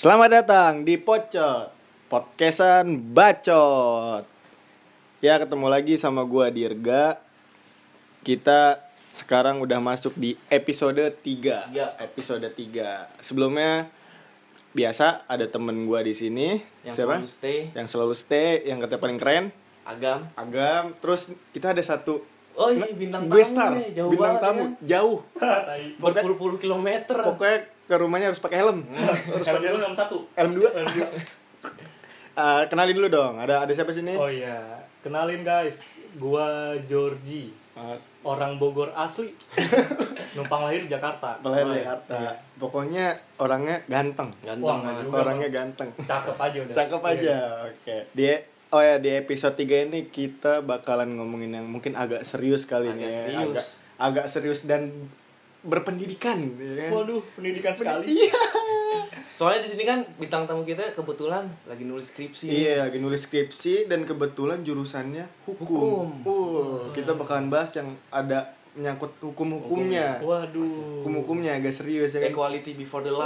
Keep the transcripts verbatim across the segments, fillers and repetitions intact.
Selamat datang di Pocot, podcastan bacot. Ya, ketemu lagi sama gua Dirga. Kita sekarang udah masuk di episode tiga. Ya. Episode tiga. Sebelumnya biasa ada temen gua di sini. Yang Siapa? selalu stay. Yang selalu stay, yang katanya paling keren. Agam. Agam. Terus kita ada satu Oh iya, bintang gue tamu star. nih, jauh Bintang banget tamu, kan. jauh. Berpuluh-puluh kilometer. Pokoknya ke rumahnya harus pakai helm. Harus Helm pakai dua, helm satu. helm dua. Uh, kenalin dulu dong. Ada ada siapa sini? Oh iya, kenalin guys, gua Georgie, Mas. orang Bogor asli, numpang lahir di Jakarta. Lahir Oh, di iya. Jakarta. Pokoknya orangnya ganteng. Ganteng Wah, banget. juga. Orangnya ganteng. Cakep aja udah. Cakep aja. Oke. Dia Oh ya, di episode tiga ini kita bakalan ngomongin yang mungkin agak serius kali Agak ini ya. serius. Agak agak serius dan berpendidikan, ya kan? Waduh, pendidikan sekali. Iya. Soalnya di sini kan bintang tamu kita kebetulan lagi nulis skripsi. Iya, lagi nulis skripsi dan kebetulan jurusannya hukum. Hukum. Uh, kita bakalan bahas yang ada menyangkut hukum-hukumnya. Waduh. Hukum-hukumnya agak serius ya kan. Equality before the law.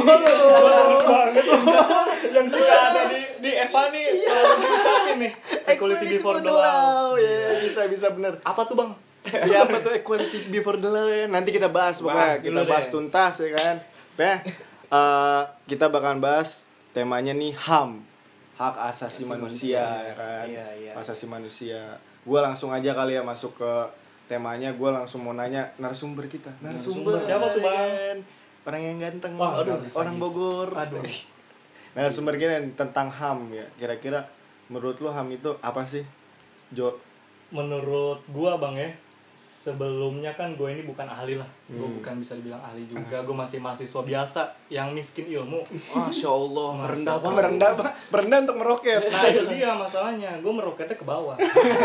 banget yang suka ada di di Eva nih selalu diucapin nih equality before the law. Ya, bisa bisa bener. Apa tuh bang? Ya apa tuh equality before the law ya? Nanti kita bahas pokoknya, Bahas kita dulu bahas deh. tuntas ya kan. Ya. Uh, kita bakalan bahas temanya nih H A M, hak asasi Asasi manusia, manusia. ya kan. Iya, iya. Hak asasi manusia. Gua langsung aja kali ya masuk ke temanya. Gua langsung mau nanya narasumber kita. Narasumber. Siapa tuh, Bang? kan? Orang yang ganteng. Wah, aduh, orang Bogor. Aduh. Narasumber kita tentang H A M ya. Kira-kira menurut lu H A M itu apa sih? Jo. Menurut gua bang ya, sebelumnya kan gue ini bukan ahli lah, gue Hmm. bukan bisa dibilang ahli juga, gue masih mahasiswa biasa yang miskin ilmu. Masya Allah, merendah banget. Merendah, Pak. Merendah untuk meroket. Nah itu dia masalahnya, gue meroketnya ke bawah.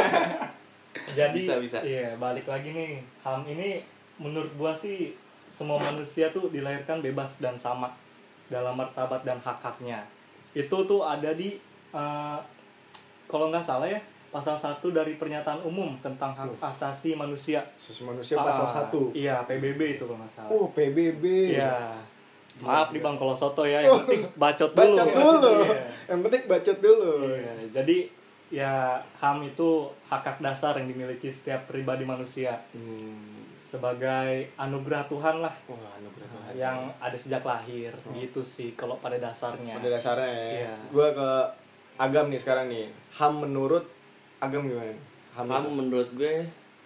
Jadi, Bisa, bisa. iya balik lagi nih, H A M ini menurut gue sih semua manusia tuh dilahirkan bebas dan sama dalam martabat dan hak-haknya. Itu tuh ada di uh, kalau nggak salah ya pasal satu dari pernyataan umum tentang hak asasi manusia. Asasi manusia pasal Ah, satu. Iya, P B B itu kalau nggak salah. Oh, P B B. Iya. Maaf nih Bang kalau soto ya, yang penting bacot dulu. Bacot dulu. Iya. Yang penting bacot dulu. Iya, jadi ya H A M itu hak-hak dasar yang dimiliki setiap pribadi manusia Hmm. sebagai anugerah Tuhan lah Wah, anugerah Tuhan. yang ada sejak lahir gitu sih kalau pada dasarnya. Pada dasarnya ya. Iya. Gua ke Agam nih sekarang nih. H A M menurut Agam gimana? H A M. Ham itu? menurut gue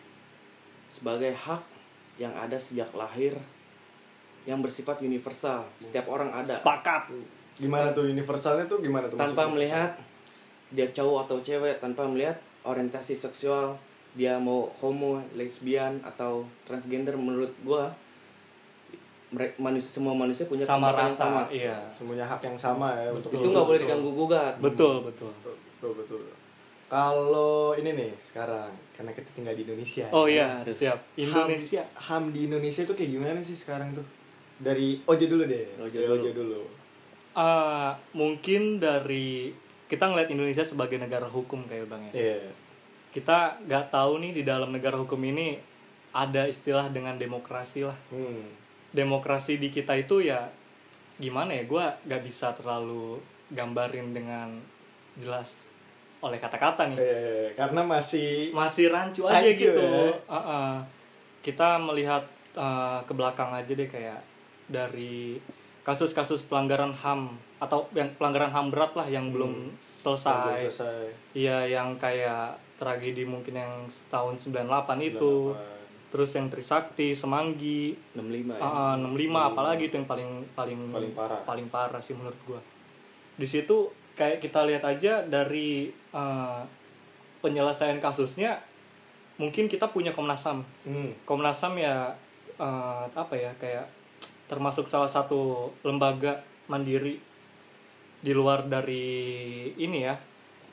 sebagai hak yang ada sejak lahir, yang bersifat universal. Setiap orang ada. Sepakat. Gimana tuh universalnya tuh gimana tuh? Tanpa maksudnya? melihat dia cowok atau cewek, tanpa melihat orientasi seksual, dia mau homo, lesbian atau transgender, menurut gua mereka manusia, semua manusia punya Sama kesempatan yang rata. sama. Iya. Semuanya hak yang sama ya. Betul. Itu nggak boleh diganggu gugat. Betul, betul. Betul betul. Kalau ini nih sekarang karena kita tinggal di Indonesia. Oh iya, Aduh. siap. Indonesia. H A M, H A M di Indonesia tuh kayak gimana sih sekarang tuh? Dari Ojo dulu deh. Ojo Dari dulu. Ojo dulu. Ah, mungkin dari kita ngeliat Indonesia sebagai negara hukum kayak Bang ya. Iya. Kita nggak tahu nih di dalam negara hukum ini ada istilah dengan demokrasi lah. Hmm. Demokrasi di kita itu ya gimana ya, gue nggak bisa terlalu gambarin dengan jelas oleh kata-kata nih, Eh, karena masih masih rancu aja Rancu gitu. ya? Uh-uh. Kita melihat uh, ke belakang aja deh, kayak dari kasus-kasus pelanggaran H A M atau yang pelanggaran H A M berat lah yang Hmm. belum selesai. selesai. Iya, yang kayak tragedi mungkin yang tahun sembilan puluh delapan itu. Terus yang Trisakti, Semanggi, enam puluh lima ya. uh, enam puluh lima apalagi itu yang paling paling Paling parah. paling parah sih menurut gua. Di situ kayak kita lihat aja dari uh, penyelesaian kasusnya, mungkin kita punya Komnas H A M. Hmm. Komnas H A M ya uh, apa ya, kayak termasuk salah satu lembaga mandiri di luar dari ini ya.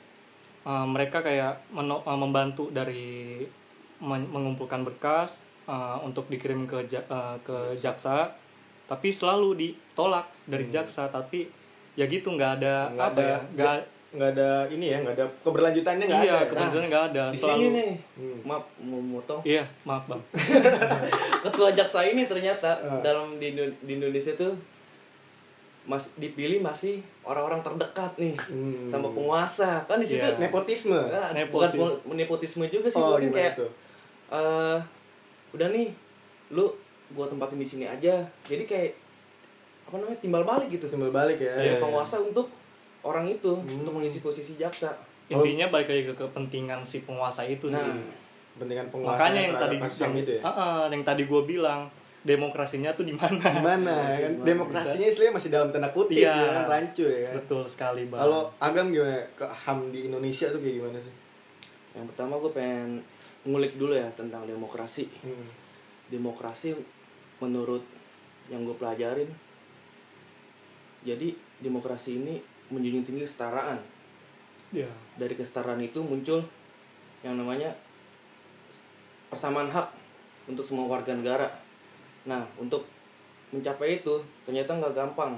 Uh, mereka kayak meno- uh, membantu dari men- mengumpulkan berkas uh, untuk dikirim ke ja- uh, ke jaksa, tapi selalu ditolak dari Hmm. jaksa. Tapi ya gitu, nggak ada Nggak apa ada- ya, nggak Nggak ada ini ya, nggak ada keberlanjutannya nggak iya ada. kebetulan nggak ada. Di Selalu sini nih, Hmm. maaf mau motong. iya maaf bang. Ketua jaksa ini ternyata Ah. dalam di, Indo- di Indonesia tuh mas dipilih masih orang-orang terdekat nih Hmm. sama penguasa kan di situ. Iya. Nepotisme. Nah, bukan Nepotis- po- nepotisme juga sih, Oh, mungkin gimana kayak tuh? eh udah nih lu gua tempatin di sini aja. Jadi kayak apa namanya? Timbal balik gitu. Timbal balik ya. Dari Iya, penguasa untuk orang itu Hmm. untuk mengisi posisi jaksa. Intinya balik lagi ke kepentingan si penguasa itu Nah, sih. Kepentingan penguasa Makanya yang terhadap tadi kasus HAM yang, itu ya. Ah, ah, yang tadi gue bilang demokrasinya tuh di mana? Gimana kan demokrasinya istilahnya masih dalam tanda kutip Iya. ya kan, rancu ya kan. Betul sekali bang. Kalau Agam gimana ke H A M di Indonesia tuh kayak gimana sih? yang pertama gue pengen ngulik dulu ya tentang demokrasi. Hmm. Demokrasi menurut yang gue pelajarin, jadi demokrasi ini menjunjung tinggi kesetaraan. ya. Dari kesetaraan itu muncul yang namanya persamaan hak untuk semua warga negara. Nah, untuk mencapai itu ternyata nggak gampang.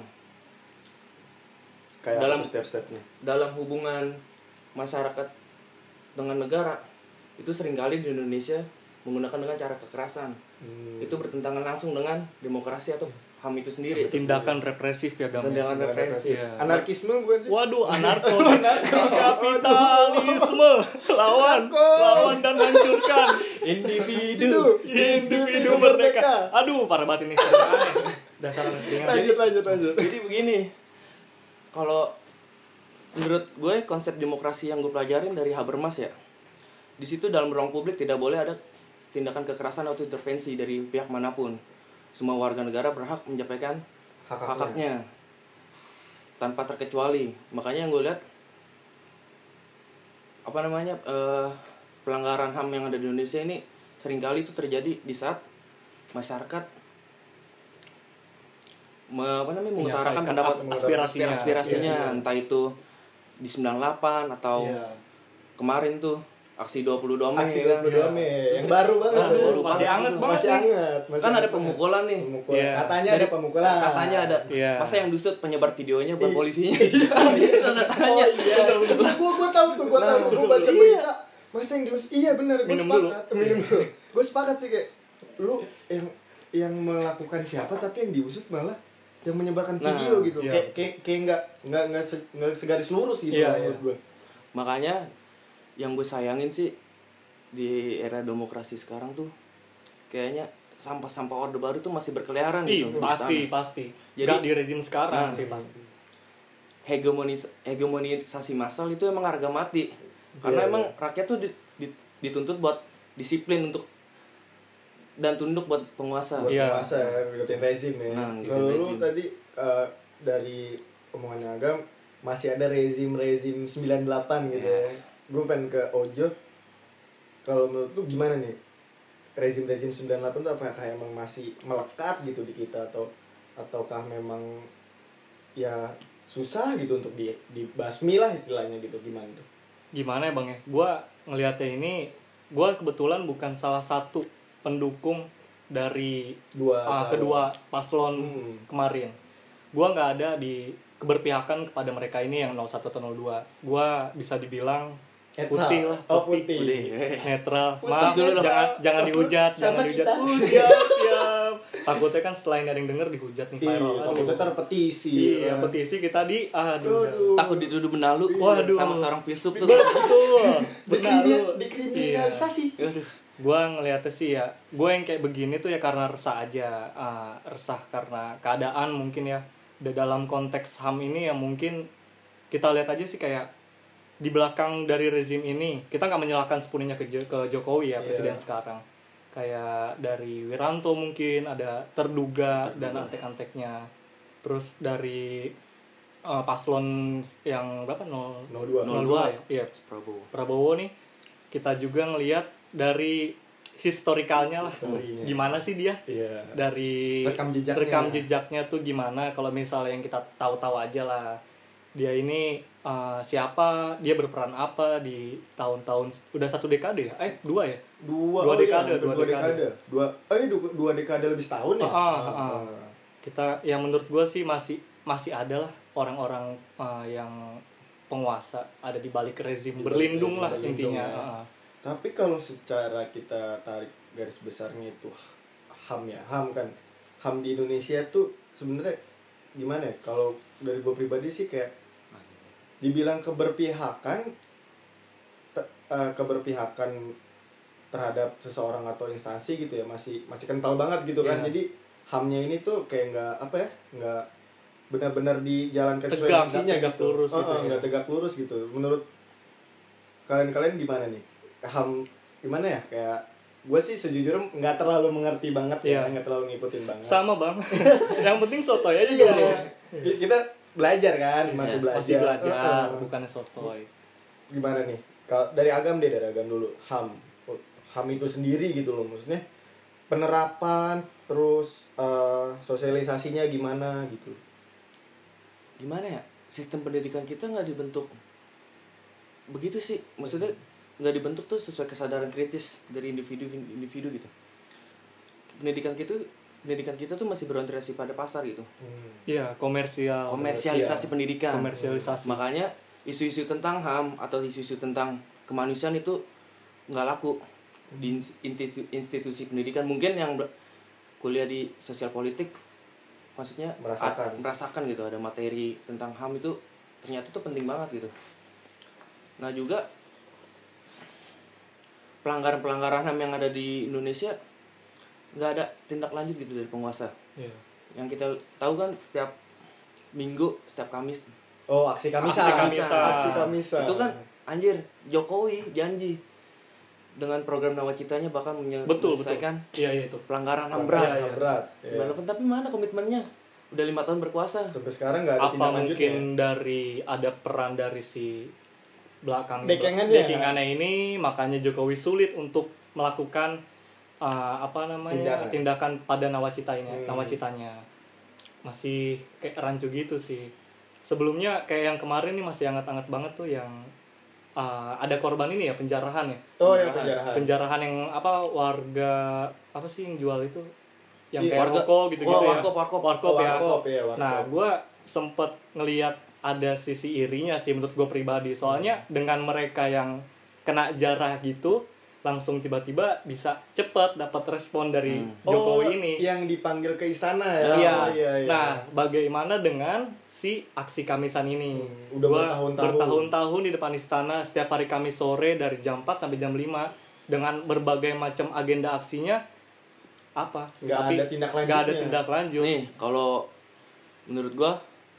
Kayak Dalam- apa step-stepnya. Dalam hubungan masyarakat dengan negara, itu seringkali di Indonesia menggunakan dengan cara kekerasan. Hmm. Itu bertentangan langsung dengan demokrasi atau H A M itu sendiri. Tindakan represif ya Gam. Tindakan referensi. Iya. Anarkisme bukan sih? Waduh, anarko, kapitalisme, lawan, lawan dan hancurkan Individu. individu merdeka. Aduh, parah banget ini. Dasar anak settingan. Lanjut lanjut lanjut. Jadi begini, kalau menurut gue konsep demokrasi yang gue pelajarin dari Habermas ya, di situ dalam ruang publik tidak boleh ada tindakan kekerasan atau intervensi dari pihak manapun. Semua warga negara berhak menyampaikan Hak-haknya. hak-haknya tanpa terkecuali. Makanya yang gue lihat apa namanya eh, pelanggaran H A M yang ada di Indonesia ini seringkali itu terjadi di saat masyarakat me, apa namanya mengutarakan Menyampaikan pendapat ap- aspirasinya. aspirasinya Iya. entah itu di sembilan puluh delapan atau Iya. kemarin tuh aksi dua puluh dua Mei Aksi kan. dua puluh dua Mei yang baru banget Nah, ya. baru Masih banget anget tuh. banget. Masih hangat, masih Kan ada hangat. pemukulan nih. Pemukulan. Iya. Katanya Dari- ada pemukulan. Katanya ada. Iya. Masa yang diusut penyebar videonya bukan Iya. polisinya. Tanda Oh tanya. iya. Gua gua tahu tuh, gua Nah, tahu. Gua baca iya. berita. Masa yang dius iya benar, gua Minum dulu. sepakat. Minum dulu. Gua sepakat sih kayak lu yang yang melakukan siapa tapi yang diusut malah yang menyebarkan Nah, video gitu. iya. Kayak kayak kayak enggak enggak enggak se, enggak segaris lurus gitu Iya, menurut iya. gua. Makanya yang gue sayangin sih di era demokrasi sekarang tuh kayaknya sampah-sampah orde baru tuh masih berkeliaran Ih, gitu. di pasti, istana. pasti. Jadi- Gak di rezim sekarang Nah. sih pasti. Hegemonis hegemonisasi massal itu emang harga mati. Karena Iya. emang rakyat tuh di- di- dituntut buat disiplin untuk dan tunduk buat penguasa. Buat Iya. penguasa ya, ngikutin rezim ya. Nah, ngikutin Kalau lu rezim. tadi eh, dari omongan Agam masih ada rezim-rezim sembilan puluh delapan gitu Iya. ya. Gue pengen ke Ojo. Kalau menurut lu gimana nih? Rezim-rezim sembilan puluh delapan itu apakah emang masih melekat gitu di kita atau ataukah memang ya susah gitu untuk di dibasmi lah istilahnya gitu, gimana tuh? Gimana ya bang ya? Gue ngelihatnya ini, gue kebetulan bukan salah satu pendukung dari Dua ah, calon. kedua paslon Hmm. kemarin. Gue nggak ada di keberpihakan kepada mereka ini yang nol satu atau nol dua. Gue bisa dibilang Netral. putih lah, Oh, putih. Udah, eh. netral. Putih Maaf, dulu dong. jangan jangan Pas dihujat, sama jangan dihujat. kita. Uh, siap, siap. Takutnya kan setelah ini ada yang denger dihujat nih Iya, viral. Aduh. takutnya ntar petisi. Iya, kan. petisi kita di aduh. Aduh. Takut dituduh benalu Waduh. sama seorang filsuf tuh. Betul. Benar Dikrimi- lu. dikriminalisasi. Aduh. Gue ngeliatnya sih ya, gue yang kayak begini tuh ya karena resah aja, Ah, resah karena keadaan mungkin ya. Di dalam konteks H A M ini ya mungkin kita lihat aja sih kayak di belakang dari rezim ini, kita nggak menyalahkan sepenuhnya ke, Jo- ke Jokowi ya, Iya. presiden sekarang. Kayak dari Wiranto mungkin ada terduga, dan antek-anteknya. Terus dari eh, paslon yang berapa? nol nol dua. nol dua ya? Iya, Prabowo. Prabowo nih, kita juga ngelihat dari historikalnya lah, Historinya. gimana sih dia, Iya. dari Rekam jejaknya. rekam jejaknya tuh gimana. Kalau misalnya yang kita tahu-tahu aja lah, dia ini uh, siapa, dia berperan apa di tahun-tahun, udah satu dekade ya, eh dua ya, Dua, Dua oh dekade, iya, dua dua dekade. dekade. Dua, eh dua, dua dekade lebih setahun ya? Ah, ah, ah. kita yang menurut gue sih masih masih ada lah orang-orang uh, yang penguasa ada di balik rezim, Di balik berlindung rezim, lah berlindung intinya. ya. Ah, ah. Tapi kalau secara kita tarik garis besarnya itu H A M ya, H A M kan. H A M di Indonesia tuh sebenarnya gimana ya? Kalau dari gue pribadi sih kayak dibilang keberpihakan te, uh, keberpihakan terhadap seseorang atau instansi gitu ya masih masih kental banget gitu kan. Yeah. Jadi H A M-nya ini tuh kayak nggak apa ya? Nggak benar-benar dijalankan sesuai Tegak, fungsinya nggak tegak gitu. lurus Oh, gitu oh, ya. nggak tegak lurus gitu. Menurut kalian-kalian gimana nih? H A M gimana ya? Kayak gue sih sejujurnya nggak terlalu mengerti banget ya, Iya. nggak terlalu ngikutin banget. Sama bang. Yang penting sotoy aja Iya. dulu. Kita belajar kan, masih Iya, belajar. Masih belajar, Uh-uh. bukannya sotoy. Gimana nih? Kalau dari agam deh, dari agam dulu. H A M. H A M itu sendiri gitu loh, maksudnya penerapan terus uh, sosialisasinya gimana gitu. Gimana ya, sistem pendidikan kita nggak dibentuk begitu sih, maksudnya nggak dibentuk tuh sesuai kesadaran kritis dari individu individu gitu. Pendidikan kita pendidikan kita tuh masih berorientasi pada pasar gitu. Iya, komersial. Komersialisasi pendidikan. Komersialisasi. Makanya isu-isu tentang H A M atau isu-isu tentang kemanusiaan itu nggak laku di institusi, institusi pendidikan. Mungkin yang kuliah di sosial politik maksudnya Merasakan. a- merasakan gitu, ada materi tentang H A M itu ternyata tuh penting banget gitu. Nah juga pelanggaran-pelanggaran H A M yang ada di Indonesia nggak ada tindak lanjut gitu dari penguasa. Iya. Yang kita tahu kan setiap minggu, setiap Kamis Oh, aksi Kamisan. Aksi Kamisan. Aksi Kamisan. itu kan anjir, Jokowi janji dengan program nawacitanya bakal menye- Betul, betul. menyelesaikan Iya, iya itu. pelanggaran H A M berat. berat. Iya, iya. berat. sembilan puluh delapan, tapi mana komitmennya? Udah lima tahun berkuasa. Sampai sekarang nggak ada Apa tindak mungkin lanjutnya. dari ada peran dari si belakang Dekengannya. dekingannya ini makanya Jokowi sulit untuk melakukan uh, apa namanya Tindakan. tindakan pada nawacita ini Hmm. nawacitanya masih kayak rancu gitu sih. Sebelumnya kayak yang kemarin nih masih hangat-hangat banget tuh yang uh, ada korban ini ya, penjarahan ya. Oh, ya Penjarahan. penjarahan. Penjarahan yang apa, warga apa sih yang jual itu yang Iya, kayak warga- rokok gitu-gitu oh, ya. warkop, warkop. Warkop Oh, ya. warkop, ya, warkop. Nah, gue sempet ngelihat ada sisi irinya sih menurut gue pribadi. Soalnya dengan mereka yang kena jarah gitu, langsung tiba-tiba bisa cepet dapat respon dari Hmm. Jokowi Oh, ini. yang dipanggil ke istana ya. Iya. Oh, iya, iya. Nah, bagaimana dengan si aksi Kamisan ini? Hmm, udah Gua bertahun-tahun. bertahun-tahun di depan istana setiap hari Kamis sore dari jam empat sampai jam lima dengan berbagai macam agenda aksinya apa? Nggak Tapi ada tindak nggak ada lanjutnya. tindak lanjut. Nih, kalau menurut gua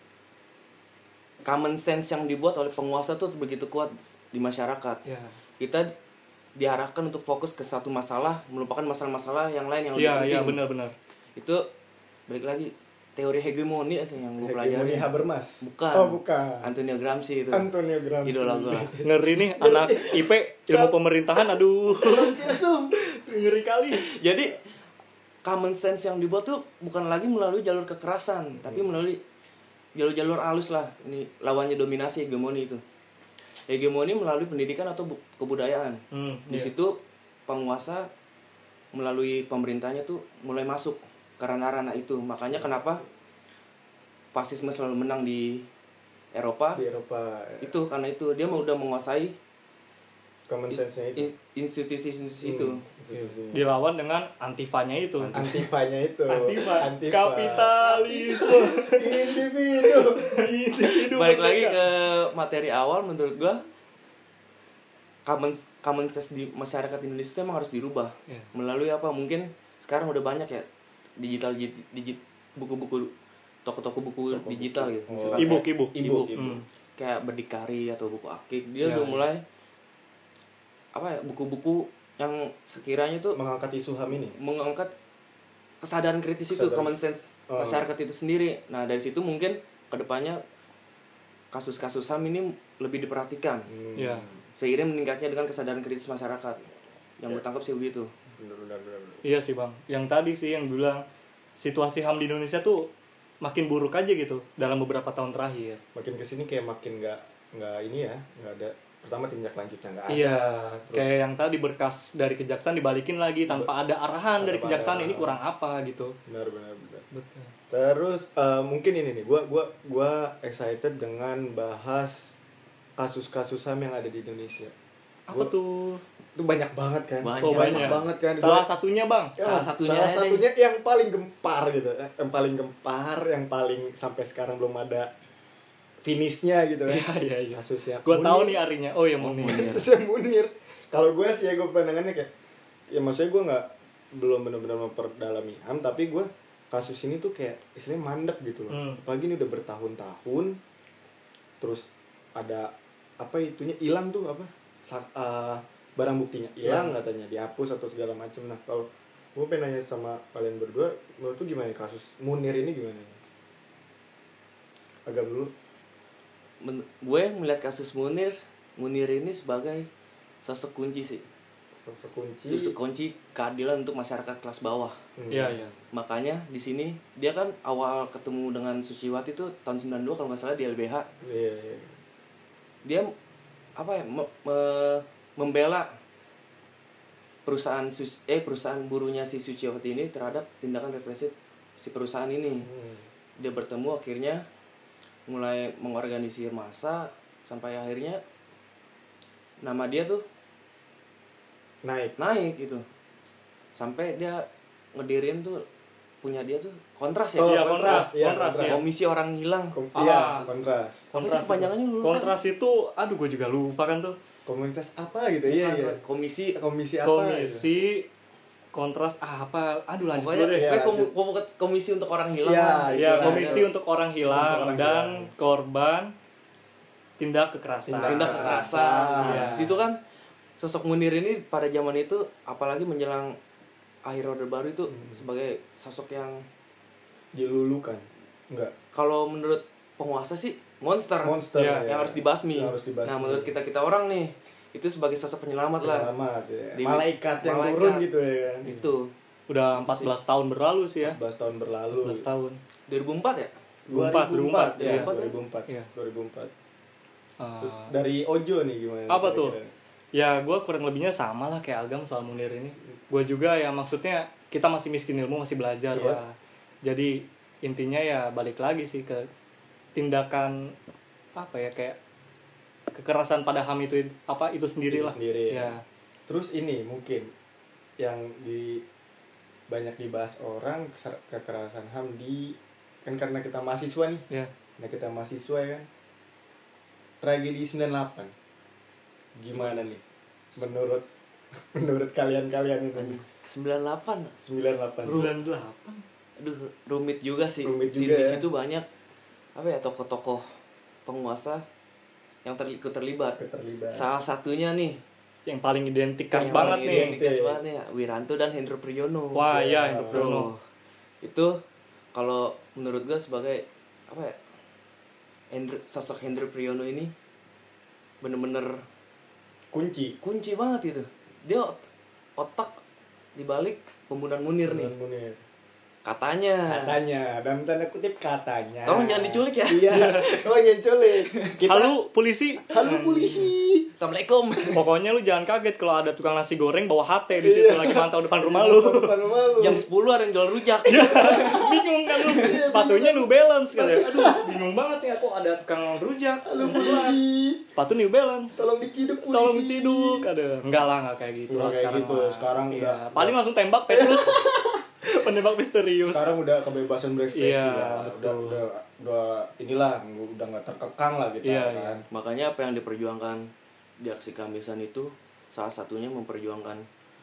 common sense yang dibuat oleh penguasa tuh begitu kuat di masyarakat. Ya. Kita diarahkan untuk fokus ke satu masalah, melupakan masalah-masalah yang lain yang lebih Iya, penting. iya benar-benar. Itu balik lagi teori hegemoni aja yang gue pelajari. Hegemoni Habermas. Bukan. Oh, bukan. Antonio Gramsci itu. Antonio Gramsci. Idola gua. Ngeri nih anak I P ilmu pemerintahan, aduh. Kesum. Ngeri kali. Jadi common sense yang dibuat tuh bukan lagi melalui jalur kekerasan, tapi melalui jalur-jalur halus lah. Ini lawannya dominasi hegemoni itu. Hegemoni melalui pendidikan atau bu- kebudayaan. Hmm, Di iya. situ penguasa melalui pemerintahnya tuh mulai masuk ke ranah-ranah itu. Makanya kenapa fasisme selalu menang di Eropa? Di Eropa. Itu karena itu dia mau udah menguasai Common sense-nya itu. in- institusi-institusi itu. Hmm, institusinya. Dilawan dengan antifanya itu. Antifanya itu. Antifa. Antifa. Kapitalisme. Individu. Individu Balik lagi merdeka. ke materi awal, menurut gua common common sense di masyarakat Indonesia itu emang harus dirubah. Iya. Melalui apa? Mungkin sekarang udah banyak ya digital digit buku-buku toko-toko buku Toko digital buku. gitu. Oh. Misalkan Ebook, kayak ebook. ebook. Ebook. Hmm. Kayak Berdikari atau buku Akik. Dia Ya, udah ya. mulai apa ya? Buku-buku yang sekiranya tuh Mengangkat isu H A M ini. mengangkat kesadaran kritis itu, Kesadaran. common sense Oh. masyarakat itu sendiri. Nah, dari situ mungkin kedepannya kasus-kasus H A M ini lebih diperhatikan. Hmm. Iya. Seiring meningkatnya dengan kesadaran kritis masyarakat. Yang Ya. gue tangkap sih begitu. Benar, benar, benar, benar. Iya sih bang, yang tadi sih yang bilang situasi H A M di Indonesia tuh makin buruk aja gitu dalam beberapa tahun terakhir. Makin kesini kayak makin nggak nggak ini ya, nggak ada. Pertama tindak lanjutnya nggak ada. Iya, Terus kayak yang tadi berkas dari kejaksaan dibalikin lagi tanpa ada arahan dari Tanpa kejaksaan, ada- ini kurang apa gitu. benar, benar, benar. Betul. Terus eh, mungkin ini nih, gua gua gua excited dengan bahas kasus-kasus H A M yang ada di Indonesia. Apa Gua- tuh? itu banyak banget kan. Banyak. Oh, banyak. banget kan. Salah Gua- satunya bang. Ya, Salah satunya salah nih. satunya yang paling gempar gitu, yang paling gempar, yang paling sampai sekarang belum ada finishnya gitu kan. Iya iya iya. Kasusnya. Gue Munir. tahu nih arinya. Oh ya Oh, Munir. Munir. Kasusnya Munir. Kalau gue sih ya gue pandangannya kayak, ya maksudnya gue nggak belum benar-benar memperdalami H A M, tapi gue kasus ini tuh kayak istilahnya mandek gitu loh. Hmm. Apalagi ini udah bertahun-tahun, terus ada apa itunya hilang tuh apa Sa- uh, barang buktinya hilang Ya. katanya dihapus atau segala macam. Nah kalau gue pengen nanya sama kalian berdua, menurut tuh gimana kasus Munir ini gimana? Agak dulu. Men- gue melihat kasus Munir Munir ini sebagai sosok kunci sih, Sosok kunci. sosok kunci keadilan untuk masyarakat kelas bawah. Hmm. Iya iya. Makanya di sini dia kan awal ketemu dengan Suciwati itu tahun sembilan puluh dua kalau nggak salah di L B H. Iya, iya. Dia apa ya me- me- membela perusahaan Su- eh perusahaan burunya si Suciwati ini terhadap tindakan represif si perusahaan ini. Hmm. Dia bertemu akhirnya mulai mengorganisir massa sampai akhirnya nama dia tuh Naik. naik gitu sampai dia ngedirin tuh punya dia tuh kontras ya. Oh, Iya, kontras, iya, kontras, iya. Komisi orang hilang. Kom- Ah. Iya, kontras. Apa sih kepanjangannya lu lupa? Kontras itu, aduh gue juga lupa kan tuh. Komunitas apa gitu? Iya, Bukan, iya. komisi Komisi apa? Komisi kontras ah, apa? Aduh lanjut pokoknya dulu deh. Iya, kayak kom- lanjut. kom- komisi untuk orang hilang Iya, lah. itu Ya, lah. komisi untuk orang hilang Untuk orang dan hilang. korban tindak kekerasan. Tindak tindak kekerasan. kekerasan. Iya. Situ kan sosok Munir ini pada zaman itu apalagi menjelang akhir Orde Baru itu Hmm. sebagai sosok yang Dilulukan. Enggak. kalau menurut penguasa sih monster, Monster. Iya, ya. yang harus dibasmi. Yang harus dibasmi. Nah, menurut kita-kita orang nih itu sebagai sosok penyelamat lah. Selamat ya. Di- Malaikat yang malaikat. turun gitu ya kan. Itu Udah empat belas tahun berlalu sih ya. empat belas tahun berlalu. empat belas tahun. dua ribu empat ya? dua ribu empat, dua ribu empat ya, dua ribu empat. dua ribu empat. Iya. dua ribu empat. Ah, Dari Ojo nih gimana? Apa tuh? kira-kira? ya gue kurang lebihnya sama lah kayak Agam soal Munir ini. Gue juga ya maksudnya kita masih miskin ilmu, masih belajar Iya. lah. Jadi intinya ya balik lagi sih ke tindakan apa ya kayak kekerasan pada H A M itu apa itu sendiri Itu lah. sendiri, Ya. ya. Terus ini mungkin yang di banyak dibahas orang keser- kekerasan H A M di kan karena kita mahasiswa nih. Ya. Nah kita mahasiswa ya kan. Tragedi sembilan puluh delapan. Gimana nih? Menurut menurut kalian-kalian ini sembilan puluh delapan. sembilan puluh delapan. sembilan puluh delapan. Aduh, rumit juga sih. Rumit Di- juga di ya. situ banyak apa ya tokoh-tokoh penguasa yang ter- ikut terlibat. Keterlibatan. Salah satunya nih Yang paling identik khas yang banget paling nih. identik khas banget nih, Wiranto dan Hendro Priyono. Wah, Ya, ya, Hendro Tuh. Priyono. Itu kalau menurut gue sebagai apa ya? Hendro, sosok Hendro Priyono ini bener-bener Kunci. kunci banget gitu. Dia ot- otak dibalik pembunuhan Munir nih. Munir Munir. Katanya. Katanya, dalam tanda kutip katanya. Tolong jangan diculik ya. Iya, tolong jangan diculik. Kita, Halo polisi. halo polisi. Assalamualaikum. Pokoknya lu jangan kaget kalau ada tukang nasi goreng bawa H T di situ Iya. lagi mantau depan rumah lu. Depan rumah lu. Jam sepuluh ada yang jual rujak. Bingung kan lu. Sepatunya New Balance katanya. Aduh, bingung banget ya kok ada tukang rujak. Halo yang sebelah. polisi. Sepatu New Balance. Tolong diciduk polisi. Tolong ciduk. Ada. Enggak lah, enggak kayak gitu. Enggak lah kayak sekarang gitu. mah. Sekarang Iya. udah- Paling langsung tembak Petrus. Penembak misterius. Sekarang udah kebebasan berekspresi Iya, lah. Udah, betul. udah, udah inilah udah nggak terkekang lah kita Iya, kan. Makanya apa yang diperjuangkan di aksi Kamisan itu salah satunya memperjuangkan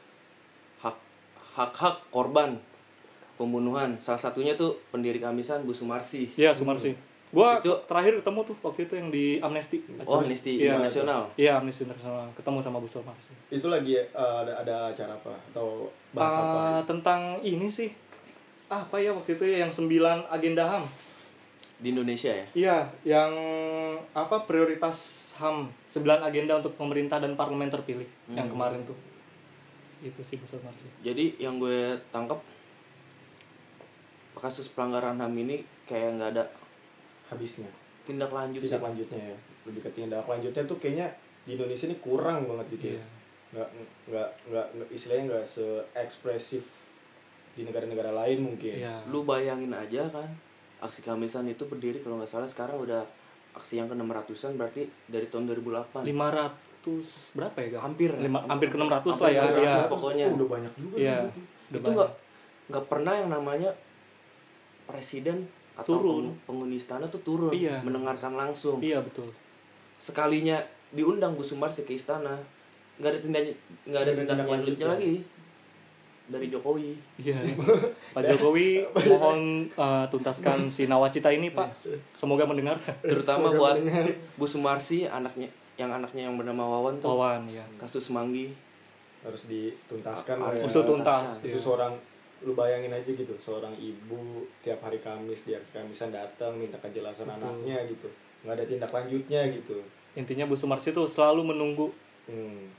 hak hak-hak korban pembunuhan. Salah satunya tuh pendiri Kamisan Bu Sumarsi. Iya, Sumarsi. Gua Itu- terakhir ketemu tuh waktu itu yang di Amnesty. Oh, Amnesty Iya. Internasional. Iya, Amnesty Internasional. Ketemu sama Bu Sumarsi. Itu lagi eh, ada ada acara apa atau bahas apa? Ah, tentang ini sih. Apa ya waktu itu ya yang sembilan agenda H A M. Di Indonesia ya. Iya, yang apa prioritas H A M, sembilan agenda untuk pemerintah dan parlemen terpilih yang Hmm. kemarin tuh. Itu sih Bu Sumarsi. Jadi yang gue tangkap kasus pelanggaran H A M ini kayak nggak ada Habisnya. tindak lanjut Tindak sih. lanjutnya ya. Lebih ke tindak lanjutnya tuh kayaknya di Indonesia ini kurang banget gitu ya. Iya. Nggak nggak nggak nggak- istilahnya nggak se-ekspresif di negara-negara lain mungkin. Iya. Lu bayangin aja kan, aksi Kamisan itu berdiri kalau nggak salah sekarang udah aksi yang ke enam ratusan berarti dari tahun dua ribu delapan. lima ratus ratus berapa ya Gang? Hampir Lima, hampir ke enam ratus lah ya. Hampir enam ratus Iya. pokoknya. Oh, udah banyak juga Iya. berarti. Udah Itu banyak. nggak nggak pernah yang namanya presiden atau Turun. penghuni- penghuni istana tuh turun Iya. mendengarkan langsung. Iya betul. Sekalinya diundang Bu Sumarsi ke istana, nggak ada tindak nggak ada Nggak ada tindak tindak lanjutnya lanjutnya. lagi dari Jokowi. Iya. Pak Jokowi mohon uh, tuntaskan si nawacita ini Pak. Semoga mendengar. Terutama Semoga buat mendengar. Bu Sumarsi, anaknya yang anaknya yang bernama Wawan tuh. Wawan ya. Kasus Manggi. Harus dituntaskan Harus lah ya. Usut tuntas. Itu Iya. seorang, lu bayangin aja gitu, seorang ibu tiap hari Kamis di hari Kamisan datang minta kejelasan Betul. anaknya gitu, nggak ada tindak lanjutnya gitu. Intinya Bu Sumarsi tuh selalu menunggu Hmm.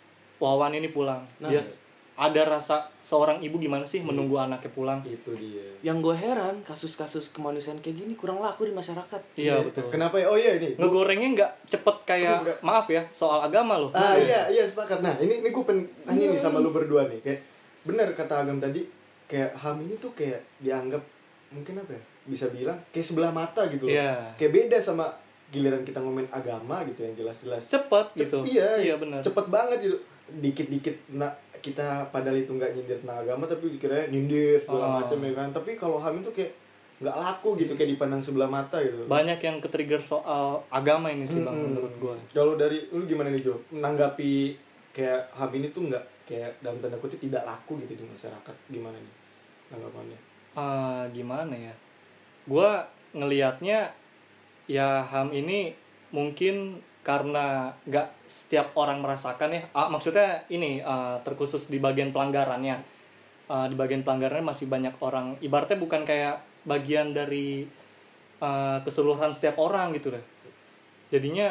Wawan ini pulang. Nah. Dia s- ada rasa seorang ibu gimana sih menunggu anaknya pulang. Itu dia. Yang gue heran kasus-kasus kemanusiaan kayak gini kurang laku di masyarakat. Iya betul. Kenapa ya? Oh iya ini. gua- Ngegorengnya nggak cepet kayak Enggak. maaf ya soal agama loh. Ah iya iya sepakat. Nah ini ini gue pengen tanya nih sama lu berdua nih, kayak bener kata Agam tadi, kayak H A M ini tuh kayak dianggap mungkin apa ya? Bisa bilang kayak sebelah mata gitu loh. Iya. Kayak beda sama giliran kita ngomongin agama gitu yang jelas-jelas. Cepet Cep- gitu. Iya, Iya benar. cepet banget gitu. Dikit-dikit nak kita padahal itu nggak nyindir tentang agama tapi dikira nyindir segala Oh. macam ya kan. Tapi kalau H A M itu kayak nggak laku gitu, kayak dipandang sebelah mata gitu. Banyak yang ketrigger soal agama ini sih bang Mm-mm. menurut gua. Kalau dari lu gimana nih Jo? Menanggapi kayak H A M ini tuh nggak kayak dalam tanda kutip tidak laku gitu di masyarakat, gimana nih tanggapannya? Ah, gimana ya? Gua ngelihatnya ya H A M ini mungkin karena nggak setiap orang merasakan ya. Ah, maksudnya ini ah, terkhusus di bagian pelanggarannya. Ah, di bagian pelanggarannya masih banyak orang. Ibaratnya bukan kayak bagian dari ah, keseluruhan setiap orang gitu deh. Jadinya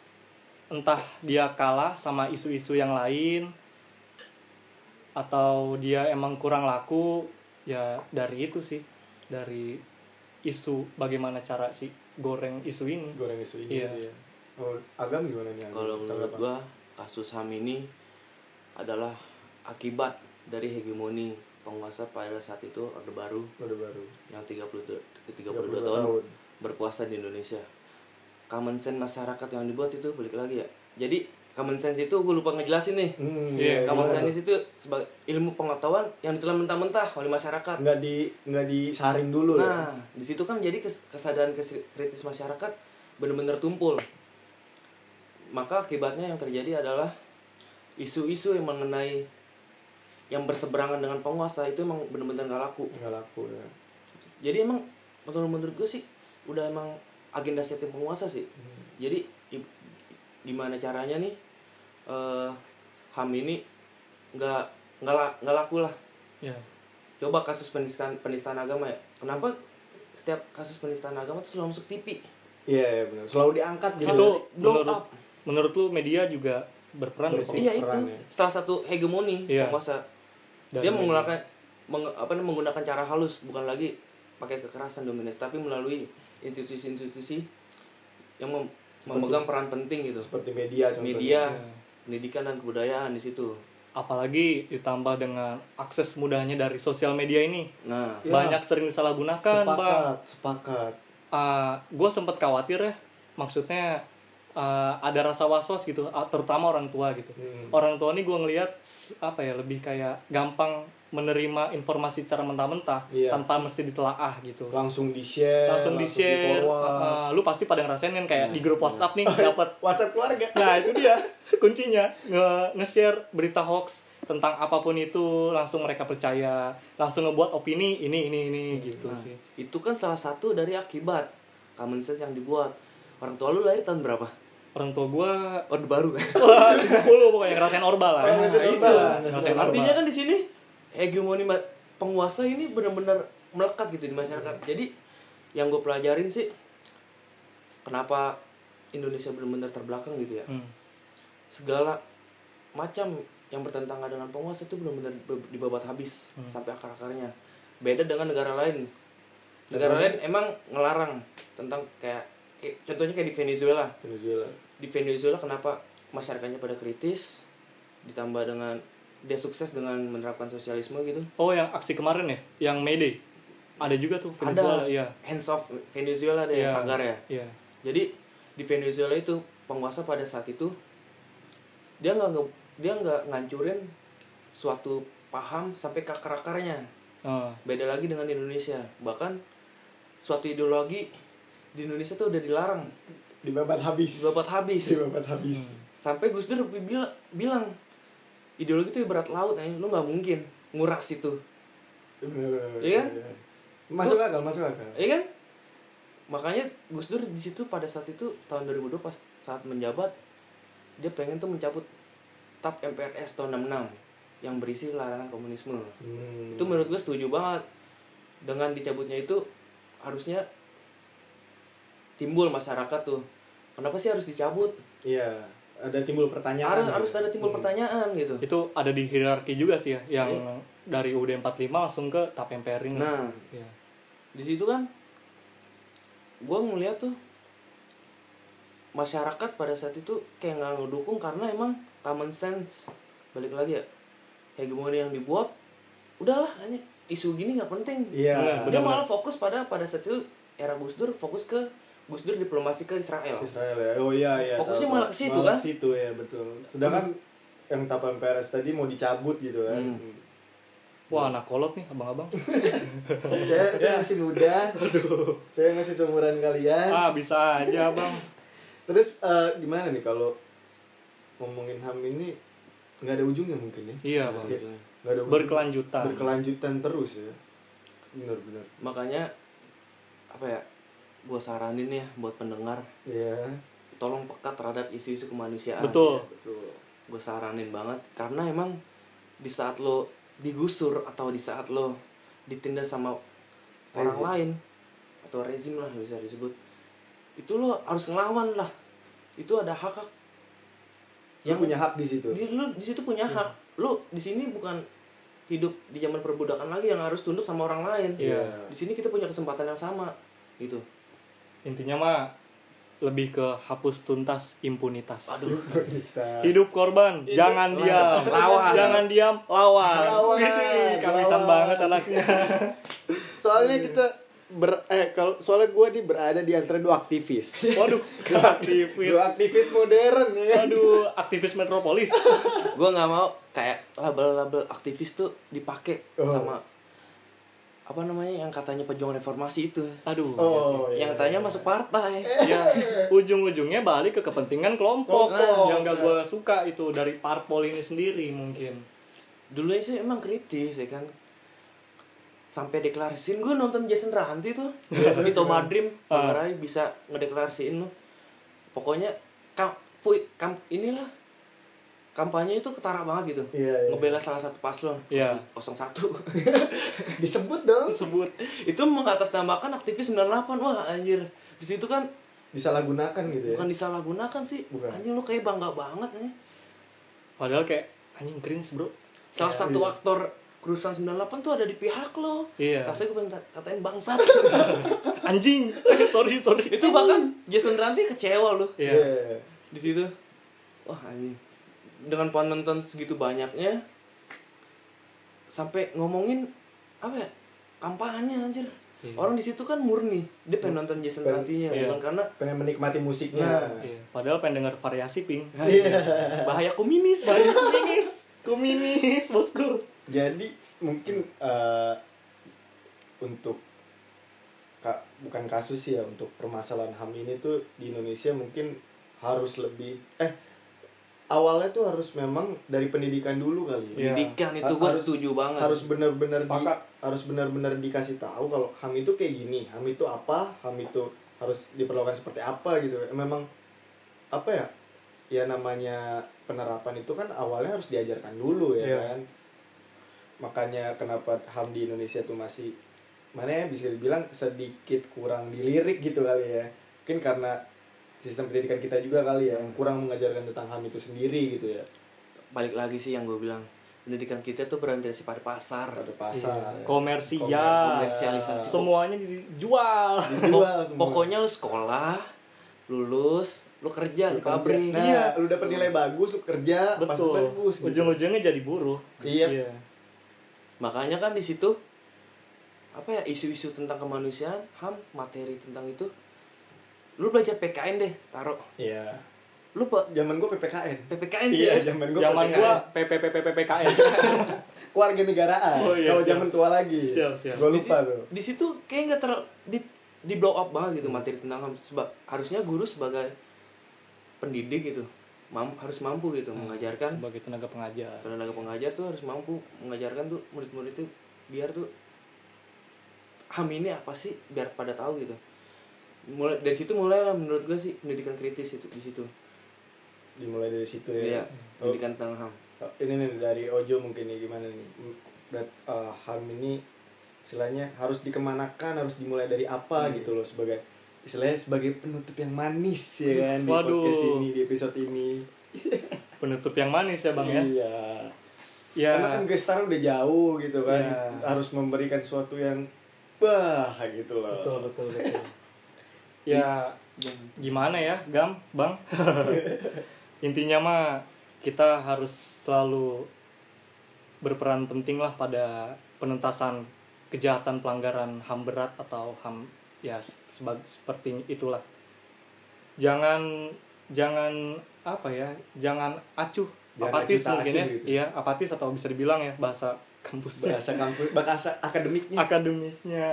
entah dia kalah sama isu-isu yang lain atau dia emang kurang laku, ya dari itu sih, dari isu bagaimana cara si goreng isu ini. Goreng isu ini. Iya. Dia. Oh, Agam gimana nih? Agam? Kalau menurut Tanggapan? gua kasus H A M ini adalah akibat dari hegemoni penguasa pada saat itu Orde Baru Orde Baru. yang tiga puluh dua, tiga tiga puluh dua puluh tahun, tahun. berkuasa di Indonesia. Common sense masyarakat yang dibuat itu balik lagi ya. Jadi common sense itu gue lupa ngejelasin nih. Hmm, Iya, Common gimana? sense itu sebagai ilmu pengetahuan yang ditelan mentah-mentah oleh masyarakat. nggak di nggak disaring dulu ya. Nah, di situ kan jadi kes- kesadaran kes- kritis masyarakat benar-benar tumpul. Maka akibatnya yang terjadi adalah isu-isu yang mengenai yang berseberangan dengan penguasa itu emang benar-benar gak laku. Nggak laku ya. Jadi emang menurut menurut gue sih udah emang agenda setting penguasa sih. Hmm. Jadi i- gimana caranya nih eh H A M ini nggak nggak la- nggak laku lah. Ya. Coba kasus penistaan penistaan agama ya. Kenapa setiap kasus penistaan agama tuh selalu masuk T V? Iya iya benar. Selalu diangkat gitu. Itu blow menurut up. menurut lu media juga berperan nggak sih? Iya itu peran ya. salah satu hegemoni Iya. penguasa. Dan Dia menggunakan meng- apa namanya, menggunakan cara halus, bukan lagi pakai kekerasan dominasi, tapi melalui institusi-institusi yang mem- memegang peran penting gitu. Seperti media contohnya. Media, Iya. pendidikan dan kebudayaan di situ. apalagi ditambah dengan akses mudahnya dari sosial media ini, Nah, Ya. banyak sering disalahgunakan bang. Sepakat, sepakat. Uh, gue sempet khawatir ya, maksudnya uh, ada rasa was-was gitu, uh, terutama orang tua gitu. Hmm. Orang tua nih gue ngelihat s- apa ya, lebih kayak gampang menerima informasi secara mentah-mentah Iya. tanpa mesti ditelaah gitu. Langsung di-share, Langsung di-share, di-forward. uh, lu pasti pada ngerasain kan kayak Iya. di grup WhatsApp nih dapat. WhatsApp keluarga. Nah itu dia kuncinya, nge- nge-share berita hoax tentang apapun itu langsung mereka percaya, langsung ngebuat opini ini ini ini gitu nah, sih. itu kan salah satu dari akibat common sense yang dibuat. Orang tua lu lahir tahun berapa? Orang tua gue Orde Baru kan. wah tujuh puluh pokoknya ngerasain orba lah. Oh, ngerasain Nah, orba itu. lah. Ngerasain orba. Artinya kan di sini hegemoni ma- penguasa ini benar-benar melekat gitu di masyarakat. Jadi yang gue pelajarin sih kenapa Indonesia benar-benar terbelakang gitu ya. Hmm. Segala macam yang bertentangan dengan penguasa itu benar-benar be- dibabat habis Hmm. sampai akar-akarnya. Beda dengan negara lain. Negara lain emang ngelarang tentang kayak, kayak contohnya kayak di Venezuela. Venezuela. Di Venezuela kenapa masyarakatnya pada kritis, ditambah dengan dia sukses dengan menerapkan sosialisme gitu. Oh yang aksi kemarin ya, yang May Day. Ada juga tuh Venezuela, Ada iya. hands off Venezuela deh Iya. tagar ya. Iya. Jadi di Venezuela itu penguasa pada saat itu dia nggak nge- dia nggak ngancurin suatu paham sampai ke akar-akarnya. Ah. Beda lagi dengan di Indonesia. Bahkan suatu ideologi di Indonesia tuh udah dilarang, Dibabat habis. dibabat habis. Dibabat habis. Sampai Gus Dur bilang, bilang ideologi itu ibarat laut, ya. Lu nggak mungkin nguras itu, Iya kan? Masuk akal, masuk akal. iya kan? Makanya Gus Dur di situ pada saat itu tahun dua ribu dua pas saat menjabat, dia pengen tuh mencabut T A P M P R S tahun enam puluh enam yang berisi larangan komunisme. Hmm. Itu menurut gue setuju banget. Dengan dicabutnya itu harusnya timbul masyarakat tuh, kenapa sih harus dicabut? Iya, ada timbul pertanyaan. Harus gitu. harus ada timbul Hmm. pertanyaan gitu. Itu ada di hierarki juga sih ya, yang Iya. dari U D empat puluh lima langsung ke T A P M P R ini. Nah, Iya. di situ kan gue ngeliat tuh masyarakat pada saat itu kayak nggak ngedukung karena emang common sense, balik lagi ya, hegemoni yang dibuat udahlah, ini isu gini nggak penting. Iya. Benar, Dia benar. malah fokus pada pada saat itu era Gus Dur, fokus ke Gus Dur diplomasi ke Israel. Israel ya. Oh iya iya. Fokusnya tahu. malah ke situ, Malah kan? ke situ ya, betul. Sedangkan yang T A P M P R S tadi mau dicabut gitu kan. Hmm. Wah, anak kolot nih abang-abang. saya, saya masih muda. Saya masih seumuran kalian. Ah, bisa aja abang. Terus eh, gimana nih kalau ngomongin H A M ini nggak ada ujungnya mungkin ya? Iya, Nah, Bang. gitu. Nggak ada ujung. Berkelanjutan. Berkelanjutan terus ya. Benar-benar. Makanya apa ya, gue saranin ya buat pendengar, Iya. tolong peka terhadap isu-isu kemanusiaan. Betul. Betul. Gue saranin banget karena emang di saat lo digusur atau di saat lo ditindas sama orang Rezim. lain atau rezim lah bisa disebut, itu lo harus ngelawan lah. Itu ada hak hak Yang punya hak di situ. di lo di situ punya hak. Lo di sini bukan hidup di zaman perbudakan lagi yang harus tunduk sama orang lain. Iya. Di sini kita punya kesempatan yang sama gitu. Intinya mah lebih ke hapus tuntas impunitas. Aduh. Kita. Hidup korban, jangan diam. Lawan. Jangan diam, lawan. Lawan. Wih, kamisan Lawan. banget anaknya. Soalnya kita ber eh kalau soalnya gue di berada di antara dua aktivis. Waduh, aktivis. Dua aktivis modern ya kan. Aduh, aktivis metropolis. Gue nggak mau kayak label-label aktivis tuh dipakai Oh. sama apa namanya yang katanya pejuang reformasi itu, Aduh. Oh, iya. yang tanya masuk partai. Ya, ujung-ujungnya balik ke kepentingan kelompok, Kelompok. yang gak gue suka itu dari parpol ini sendiri mungkin. Dulu sih emang kritis ya kan, sampai deklarasiin. Gue nonton Jason Ranti tuh di Toba Dream, Ah. Bang bisa ngedeklarasiin lu. Pokoknya kam, puy, kam, inilah kampanye itu ketara banget gitu. Iya, iya. Ngebela salah satu paslon Iya. nol satu. Disebut dong. Sebut. Itu mengatasnamakan aktivis sembilan puluh delapan. Wah anjir, di situ kan Disalahgunakan gitu ya. bukan disalahgunakan sih. Bukan. Anjing lu kayak bangga banget nih. Padahal kayak anjing cringe, Bro. Salah Ya, satu iya. aktor kerusuhan sembilan puluh delapan tuh ada di pihak lo. Iya. Rasanya gue pengen ta- katain bangsat. Anjing. sorry, sorry. Itu bahkan Jason Ranti kecewa lu Iya. Iya. di situ. Wah anjing. Dengan penonton segitu banyaknya sampai ngomongin apa ya? Kampanye anjir. Iya. Orang di situ kan murni, dia pengen nonton Jason Pengen- Ranti-nya, iya. bukan karena Pengen menikmati musiknya. Nah. Iya. Padahal pengen denger variasi pink. Iya. bahaya komunis. Bahaya komunis. Komunis, bosku. Jadi mungkin eh, untuk ka, bukan kasus sih ya, untuk permasalahan H A M ini tuh di Indonesia mungkin harus lebih eh awalnya tuh harus memang dari pendidikan dulu kali ya. Iya. Pendidikan itu gue Harus- setuju banget. Harus benar-benar di, Sepakat. harus benar-benar dikasih tahu kalau H A M itu kayak gini, H A M itu apa, H A M itu harus diperlakukan seperti apa gitu. Memang apa ya? Ya namanya penerapan itu kan awalnya harus diajarkan dulu ya Iya. kan. Makanya kenapa H A M di Indonesia tuh masih mana ya bisa dibilang sedikit kurang dilirik gitu kali ya. Mungkin karena sistem pendidikan kita juga kali ya yang kurang mengajarkan tentang H A M itu sendiri gitu ya. Balik lagi sih yang gue bilang, pendidikan kita tuh berorientasi pada pasar. Pada pasar. Iya. ya. Komersial. Komersialisasi. Semuanya dijual. Dijual semua. Pokoknya lu sekolah, lulus, lu kerja di pabrik. Nah, Iya. lu dapet nilai bagus, lu kerja pas Betul. bagus gitu. Ujung-ujungnya jadi buruh. Iya. Makanya kan di situ apa ya, isu-isu tentang kemanusiaan, H A M, materi tentang itu. Lu belajar P K N deh, taruh. Iya. lupa Zaman gua P P K N. P P K N sih. Iya, ya? zaman gua Zaman P P K N. gua P P P P P P K N. Keluarga negaraan. Oh, iya, Kalau siap. zaman tua lagi. Siap, siap. Gua Di lupa si- tuh. Di situ kayak nggak ter di di blow up banget gitu materi tentang H A M. Sebab harusnya guru sebagai pendidik gitu, mam, harus mampu gitu mengajarkan. Sebagai tenaga pengajar. Tenaga pengajar tuh harus mampu mengajarkan tuh murid-murid itu biar tuh H A M ini apa sih, biar pada tahu gitu. Mulai dari situ mulailah menurut gue sih pendidikan kritis itu di situ. Dimulai dari situ ya. Iya, pendidikan tentang H A M. Oh, ini nih dari Ojo mungkin nih gimana nih? Berat uh, H A M ini istilahnya harus dikemanakan, harus dimulai dari apa Hmm. gitu loh, sebagai istilahnya sebagai penutup yang manis ya kan di Waduh. podcast ini, di episode ini. Penutup yang manis ya bang ya. Iya. Ya. Karena kan gestar udah jauh gitu kan, Iya. harus memberikan sesuatu yang bah gitu loh. Betul betul betul. Ya gimana ya Gam bang. Intinya mah kita harus selalu berperan penting lah pada penuntasan kejahatan pelanggaran H A M berat atau H A M ya sebag- seperti itulah. Jangan jangan apa ya, jangan acuh, Jangan apatis acuh tak mungkin acuh ya. gitu. Iya, apatis atau bisa dibilang ya bahasa kampusnya. Bahasa kampus, bahasa akademiknya. Akademiknya.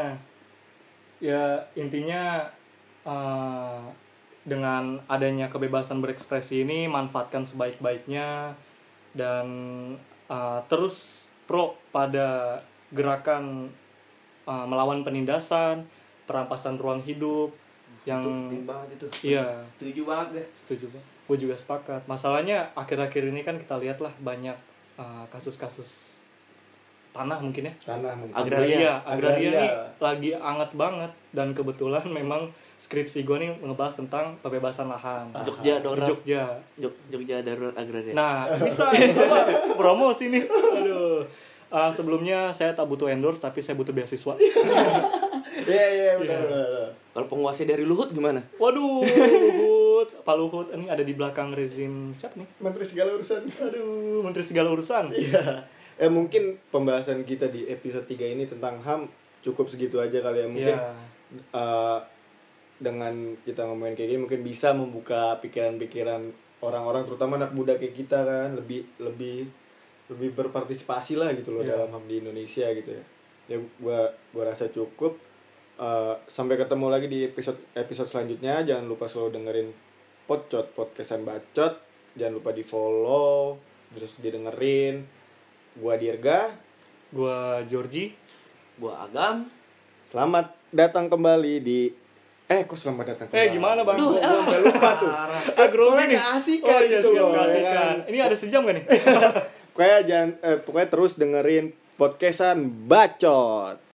Ya intinya eh, dengan adanya kebebasan berekspresi ini manfaatkan sebaik-baiknya dan eh, terus pro pada gerakan eh, melawan penindasan, perampasan ruang hidup yang Itu penting banget itu. iya Setuju banget. setuju Bang. Gue juga sepakat. Masalahnya akhir-akhir ini kan kita lihat lah banyak eh, kasus-kasus tanah mungkin ya. Tanah mungkin. Agraria. Iya, agraria Agraria. nih lagi anget banget dan kebetulan memang skripsi gue nih ngebahas tentang pembebasan lahan Jogja di darurat. Jogja. Jog, Jogja darurat agraria. Nah, bisa coba promosi nih. Aduh. Ah, sebelumnya saya tak butuh endorse tapi saya butuh beasiswa. Iya iya benar Iya. benar. Kalau penguasa dari Luhut gimana? Waduh, Luhut, Pak Luhut ini ada di belakang rezim siapa nih? Menteri segala urusan. Aduh, menteri segala urusan. Iya. Eh mungkin pembahasan kita di episode tiga ini tentang H A M cukup segitu aja kali ya. Mungkin Iya. eh, dengan kita ngomongin kayak gini mungkin bisa membuka pikiran-pikiran orang-orang terutama anak muda kayak kita kan, lebih lebih lebih berpartisipasi lah gitu loh Iya. dalam H A M di Indonesia gitu ya. Ya gua gua rasa cukup. Eh, sampai ketemu lagi di episode episode selanjutnya. Jangan lupa selalu dengerin Podcot, podcastan bacot. Jangan lupa di follow, terus didengerin. Gua Dirga. Gua Georgie. Gua Agam. Selamat datang kembali di Eh kok selamat datang kembali? Eh, gimana, Bang? Duh, Duh, gua sampai lupa tuh. Ah, grogi Soalnya nih. nggak asik Oh kan iya, gitu siap, loh, nggak ya asik kan? kan. Ini ada sejam gak nih? Pokoknya jangan eh, pokoknya terus dengerin podcastan bacot.